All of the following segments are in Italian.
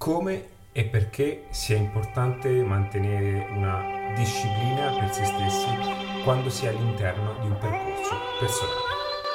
Come e perché sia importante mantenere una disciplina per se stessi quando si è all'interno di un percorso personale.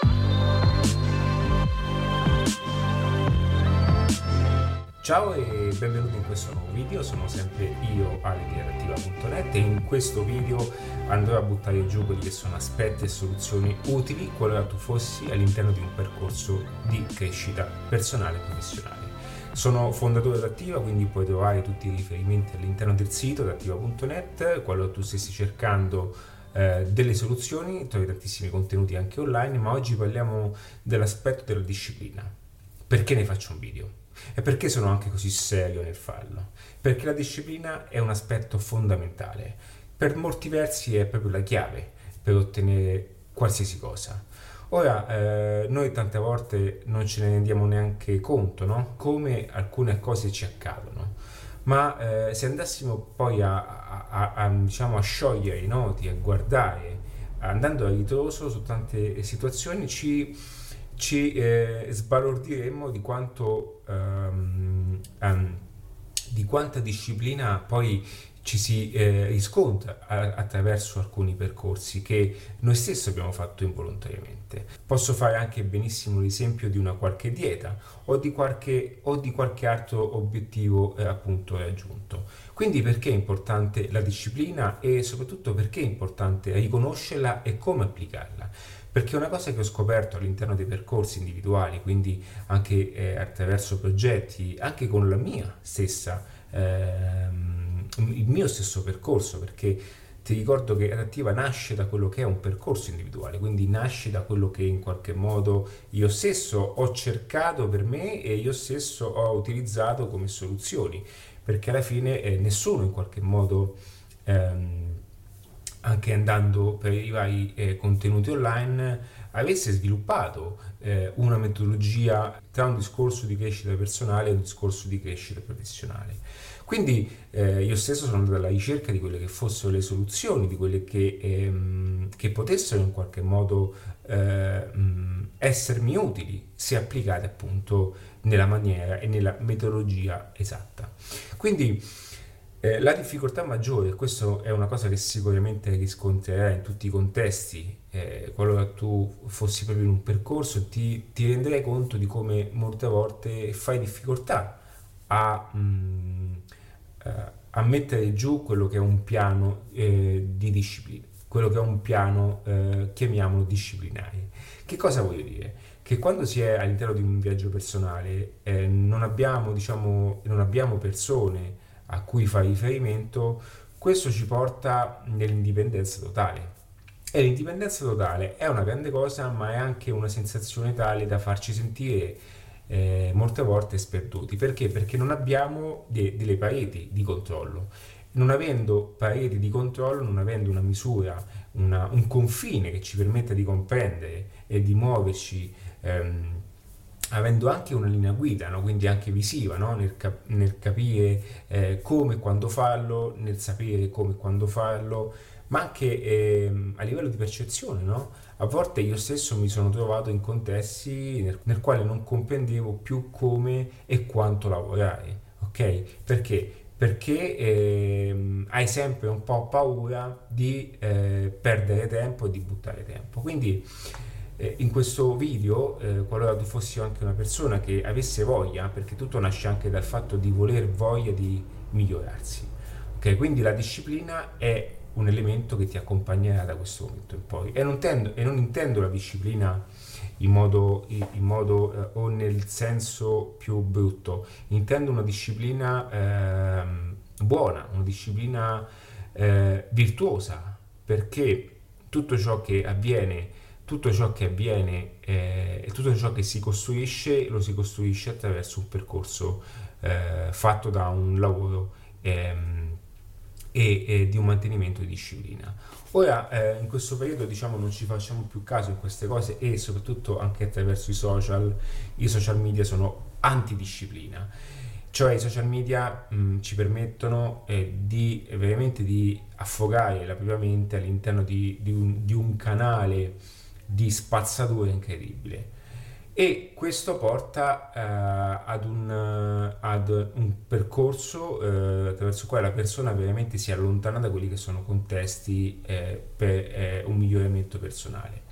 Ciao e benvenuti in questo nuovo video, sono sempre io, Ale di Adattiva.net, e in questo video andrò a buttare giù quelli che sono aspetti e soluzioni utili qualora tu fossi all'interno di un percorso di crescita personale e professionale. Sono fondatore di Adattiva, quindi puoi trovare tutti i riferimenti all'interno del sito Adattiva.net. Qualora tu stessi cercando delle soluzioni, trovi tantissimi contenuti anche online, ma oggi parliamo dell'aspetto della disciplina. Perché ne faccio un video? E perché sono anche così serio nel farlo? Perché la disciplina è un aspetto fondamentale. Per molti versi è proprio la chiave per ottenere qualsiasi cosa. Ora, noi tante volte non ce ne rendiamo neanche conto, no? Come alcune cose ci accadono. Ma se andassimo poi diciamo, a sciogliere i nodi, a guardare, andando a ritroso su tante situazioni, ci sbalordiremmo di quanta disciplina poi ci si riscontra attraverso alcuni percorsi che noi stessi abbiamo fatto involontariamente. Posso fare anche benissimo l'esempio di una qualche dieta o di qualche altro obiettivo appunto raggiunto. Quindi perché è importante la disciplina e soprattutto perché è importante riconoscerla e come applicarla? Perché una cosa che ho scoperto all'interno dei percorsi individuali, quindi anche attraverso progetti, anche con la mia stessa, il mio stesso percorso, perché ti ricordo che Adattiva nasce da quello che è un percorso individuale, quindi nasce da quello che in qualche modo io stesso ho cercato per me e io stesso ho utilizzato come soluzioni, perché alla fine nessuno in qualche modo anche andando per i vari contenuti online, avesse sviluppato una metodologia tra un discorso di crescita personale e un discorso di crescita professionale. Quindi io stesso sono andato alla ricerca di quelle che fossero le soluzioni, di quelle che potessero in qualche modo essermi utili se applicate appunto nella maniera e nella metodologia esatta. Quindi la difficoltà maggiore, questa è una cosa che sicuramente riscontrerai in tutti i contesti, qualora tu fossi proprio in un percorso, ti renderai conto di come molte volte fai difficoltà a mettere giù quello che è un piano di disciplina, quello che è un piano, chiamiamolo disciplinare. Che cosa voglio dire? Che quando si è all'interno di un viaggio personale non abbiamo persone a cui fa riferimento, questo ci porta nell'indipendenza totale. E l'indipendenza totale è una grande cosa, ma è anche una sensazione tale da farci sentire molte volte sperduti. Perché? Perché non abbiamo delle pareti di controllo. Non avendo pareti di controllo, non avendo una misura, un confine che ci permetta di comprendere e di muoverci, avendo anche una linea guida, no? Quindi anche visiva, no? Nel capire come e quando farlo, nel sapere come e quando farlo, ma anche a livello di percezione, no? A volte io stesso mi sono trovato in contesti nel quale non comprendevo più come e quanto lavorare, ok? Perché? Perché hai sempre un po' paura di perdere tempo e di buttare tempo. Quindi in questo video, qualora tu fossi anche una persona che avesse voglia, perché tutto nasce anche dal fatto di voler voglia di migliorarsi, ok? Quindi la disciplina è un elemento che ti accompagnerà da questo momento in poi, e non intendo la disciplina in modo o nel senso più brutto, intendo una disciplina buona, una disciplina virtuosa, perché tutto ciò che avviene e tutto ciò che si costruisce lo si costruisce attraverso un percorso fatto da un lavoro e di un mantenimento di disciplina. Ora, in questo periodo, diciamo, non ci facciamo più caso in queste cose, e soprattutto anche attraverso i social media sono antidisciplina. Cioè i social media ci permettono di veramente di affogare la propria mente all'interno di un canale di spazzatura incredibile. E questo porta ad un percorso attraverso il quale la persona veramente si allontana da quelli che sono contesti per un miglioramento personale.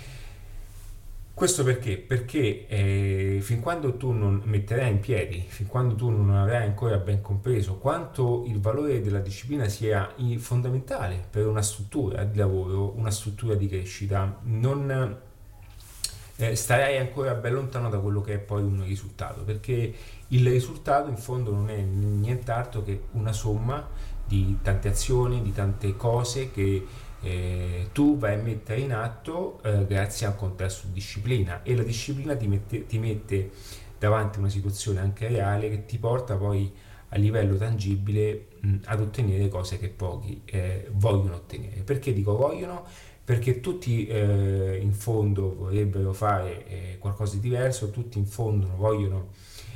Questo perché? Perché fin quando tu non metterai in piedi, fin quando tu non avrai ancora ben compreso quanto il valore della disciplina sia fondamentale per una struttura di lavoro, una struttura di crescita, non starai ancora ben lontano da quello che è poi un risultato, perché il risultato in fondo non è nient'altro che una somma di tante azioni, di tante cose che tu vai a mettere in atto grazie a un contesto di disciplina, e la disciplina ti mette davanti a una situazione anche reale che ti porta poi a livello tangibile ad ottenere cose che pochi vogliono ottenere. Perché dico vogliono? Perché tutti in fondo vorrebbero fare qualcosa di diverso, tutti in fondo vogliono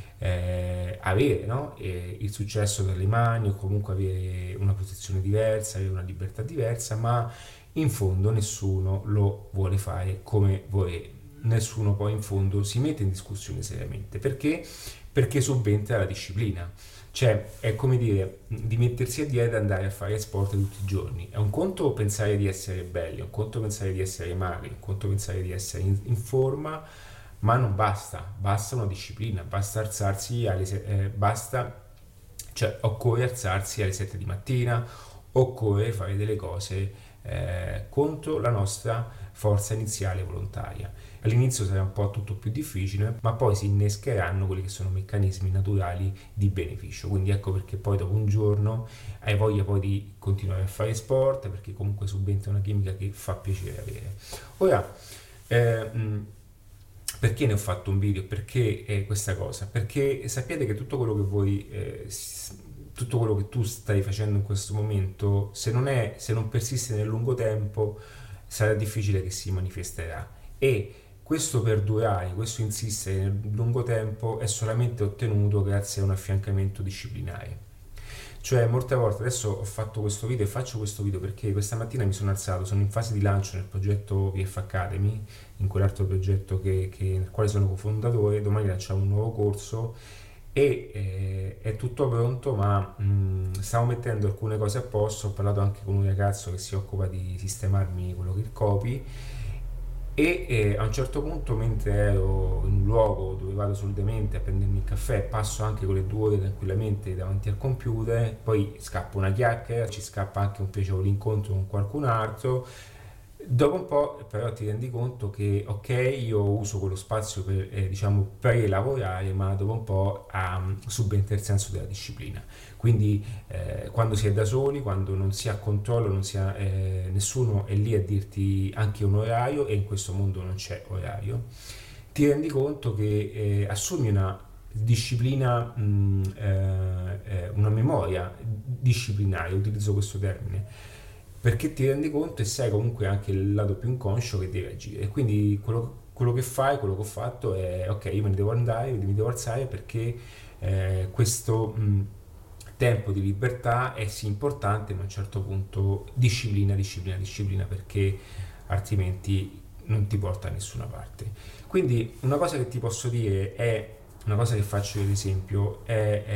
avere, no? Il successo dalle mani, o comunque avere una posizione diversa, avere una libertà diversa, ma in fondo nessuno lo vuole fare come vuole, nessuno poi in fondo si mette in discussione seriamente. Perché? Perché subentra la disciplina. Cioè, è come dire, di mettersi a dieta e andare a fare sport tutti i giorni. È un conto pensare di essere belli, è un conto pensare di essere magri, è un conto pensare di essere in forma, ma non basta, basta una disciplina, basta alzarsi basta, cioè occorre alzarsi alle 7 di mattina, occorre fare delle cose contro la nostra forza iniziale volontaria. All'inizio sarà un po' tutto più difficile, ma poi si innescheranno quelli che sono meccanismi naturali di beneficio. Quindi ecco perché poi dopo un giorno hai voglia poi di continuare a fare sport, perché comunque subentra una chimica che fa piacere avere. Ora, eh, mh, perché ne ho fatto un video? Perché questa cosa? Perché sappiate che tutto quello che voi, tutto quello che tu stai facendo in questo momento, se non persiste nel lungo tempo, sarà difficile che si manifesterà. E questo perdurare, questo insistere nel lungo tempo è solamente ottenuto grazie a un affiancamento disciplinare. Cioè, molte volte adesso ho fatto questo video e faccio questo video perché questa mattina mi sono alzato, sono in fase di lancio nel progetto VF Academy, in quell'altro progetto nel quale sono cofondatore. Domani lanciamo un nuovo corso e è tutto pronto, ma stavo mettendo alcune cose a posto. Ho parlato anche con un ragazzo che si occupa di sistemarmi quello che è il copy, e a un certo punto, mentre ero in un luogo dove vado solitamente a prendermi il caffè, passo anche quelle 2 ore tranquillamente davanti al computer, poi scappa una chiacchiera, ci scappa anche un piacevole incontro con qualcun altro. Dopo un po' però ti rendi conto che ok, io uso quello spazio per, diciamo, per lavorare, ma dopo un po' subentra il senso della disciplina. Quindi quando si è da soli, quando non si ha controllo, non si ha, nessuno è lì a dirti anche un orario, e in questo mondo non c'è orario, ti rendi conto che assumi una disciplina, una memoria disciplinare, utilizzo questo termine, perché ti rendi conto e sai comunque anche il lato più inconscio che deve agire. E quindi quello che fai, quello che ho fatto è ok, io me ne devo andare, mi devo alzare, perché questo tempo di libertà è sì importante, ma a un certo punto disciplina, disciplina, disciplina, perché altrimenti non ti porta da nessuna parte. Quindi una cosa che ti posso dire è, una cosa che faccio ad esempio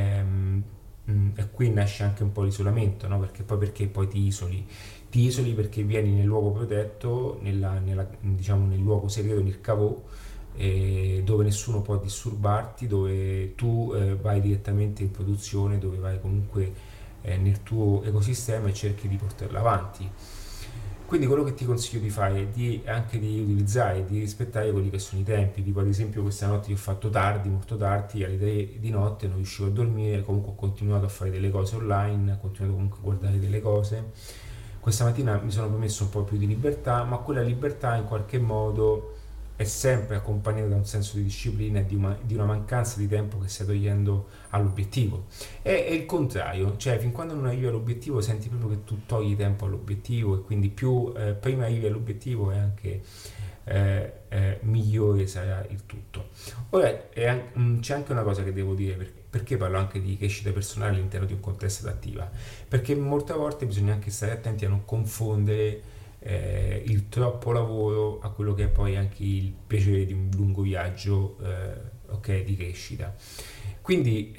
e qui nasce anche un po' l'isolamento, no? Perché poi ti isoli perché vieni nel luogo protetto, diciamo, nel luogo segreto, nel cavò, dove nessuno può disturbarti, dove tu vai direttamente in produzione, dove vai comunque nel tuo ecosistema e cerchi di portarlo avanti. Quindi quello che ti consiglio di fare è anche di utilizzare, di rispettare quelli che sono i tempi. Tipo ad esempio questa notte io ho fatto tardi, molto tardi, alle 3 di notte non riuscivo a dormire, comunque ho continuato a fare delle cose online, ho continuato comunque a guardare delle cose. Questa mattina mi sono permesso un po' più di libertà, ma quella libertà in qualche modo è sempre accompagnata da un senso di disciplina e di una mancanza di tempo che stai togliendo all'obiettivo. È il contrario, cioè fin quando non arrivi all'obiettivo senti proprio che tu togli tempo all'obiettivo, e quindi più prima arrivi all'obiettivo e anche migliore sarà il tutto. Ora c'è anche una cosa che devo dire, perché parlo anche di crescita personale all'interno di un contesto adattiva, perché molte volte bisogna anche stare attenti a non confondere il troppo lavoro a quello che è poi anche il piacere di un lungo viaggio, ok, di crescita. Quindi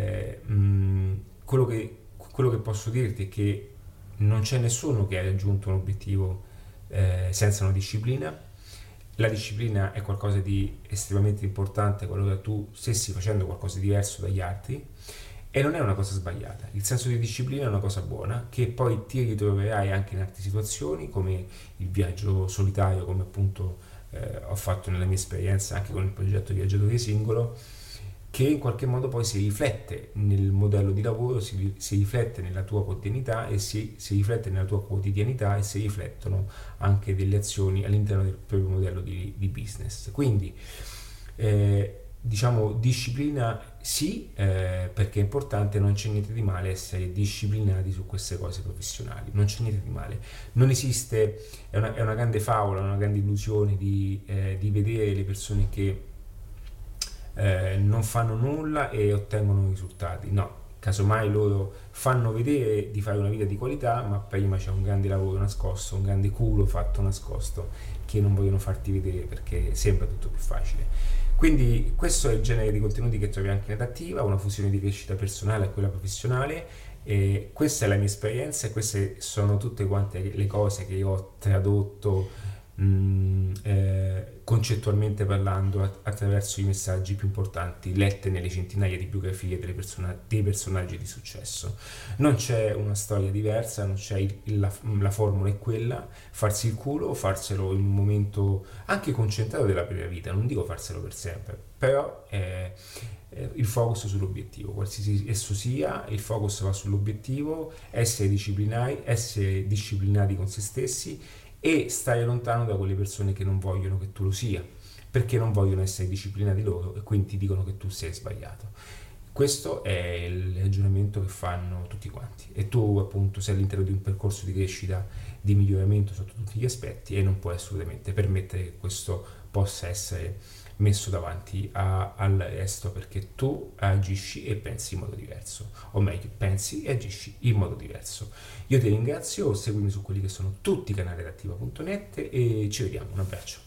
quello che posso dirti è che non c'è nessuno che ha raggiunto un obiettivo senza una disciplina. La disciplina è qualcosa di estremamente importante qualora tu stessi facendo qualcosa di diverso dagli altri, e non è una cosa sbagliata. Il senso di disciplina è una cosa buona che poi ti ritroverai anche in altre situazioni, come il viaggio solitario, come appunto ho fatto nella mia esperienza anche con il progetto Viaggiatore Singolo, che in qualche modo poi si riflette nel modello di lavoro, si riflette nella tua quotidianità e si riflette nella tua quotidianità e si riflettono anche delle azioni all'interno del proprio modello di business. Quindi diciamo disciplina sì, perché è importante, non c'è niente di male essere disciplinati su queste cose professionali, non c'è niente di male, non esiste, è una grande favola, una grande illusione di vedere le persone che non fanno nulla e ottengono risultati. No, casomai loro fanno vedere di fare una vita di qualità, ma prima c'è un grande lavoro nascosto, un grande culo fatto nascosto che non vogliono farti vedere perché sembra tutto più facile. Quindi questo è il genere di contenuti che trovi anche in Adattiva, una fusione di crescita personale e quella professionale. E questa è la mia esperienza e queste sono tutte quante le cose che io ho tradotto concettualmente parlando attraverso i messaggi più importanti lette nelle centinaia di biografie dei personaggi di successo. Non c'è una storia diversa, non c'è la formula è quella: farsi il culo, farselo in un momento anche concentrato della propria vita, non dico farselo per sempre, però il focus sull'obiettivo, qualsiasi esso sia, il focus va sull'obiettivo, essere disciplinati con se stessi e stare lontano da quelle persone che non vogliono che tu lo sia, perché non vogliono essere disciplinati loro e quindi ti dicono che tu sei sbagliato. Questo è il ragionamento che fanno tutti quanti e tu appunto sei all'interno di un percorso di crescita, di miglioramento sotto tutti gli aspetti e non puoi assolutamente permettere che questo possa essere messo davanti al resto, perché tu agisci e pensi in modo diverso, o meglio pensi e agisci in modo diverso. Io ti ringrazio, seguimi su quelli che sono tutti i canali adattiva.net e ci vediamo, un abbraccio.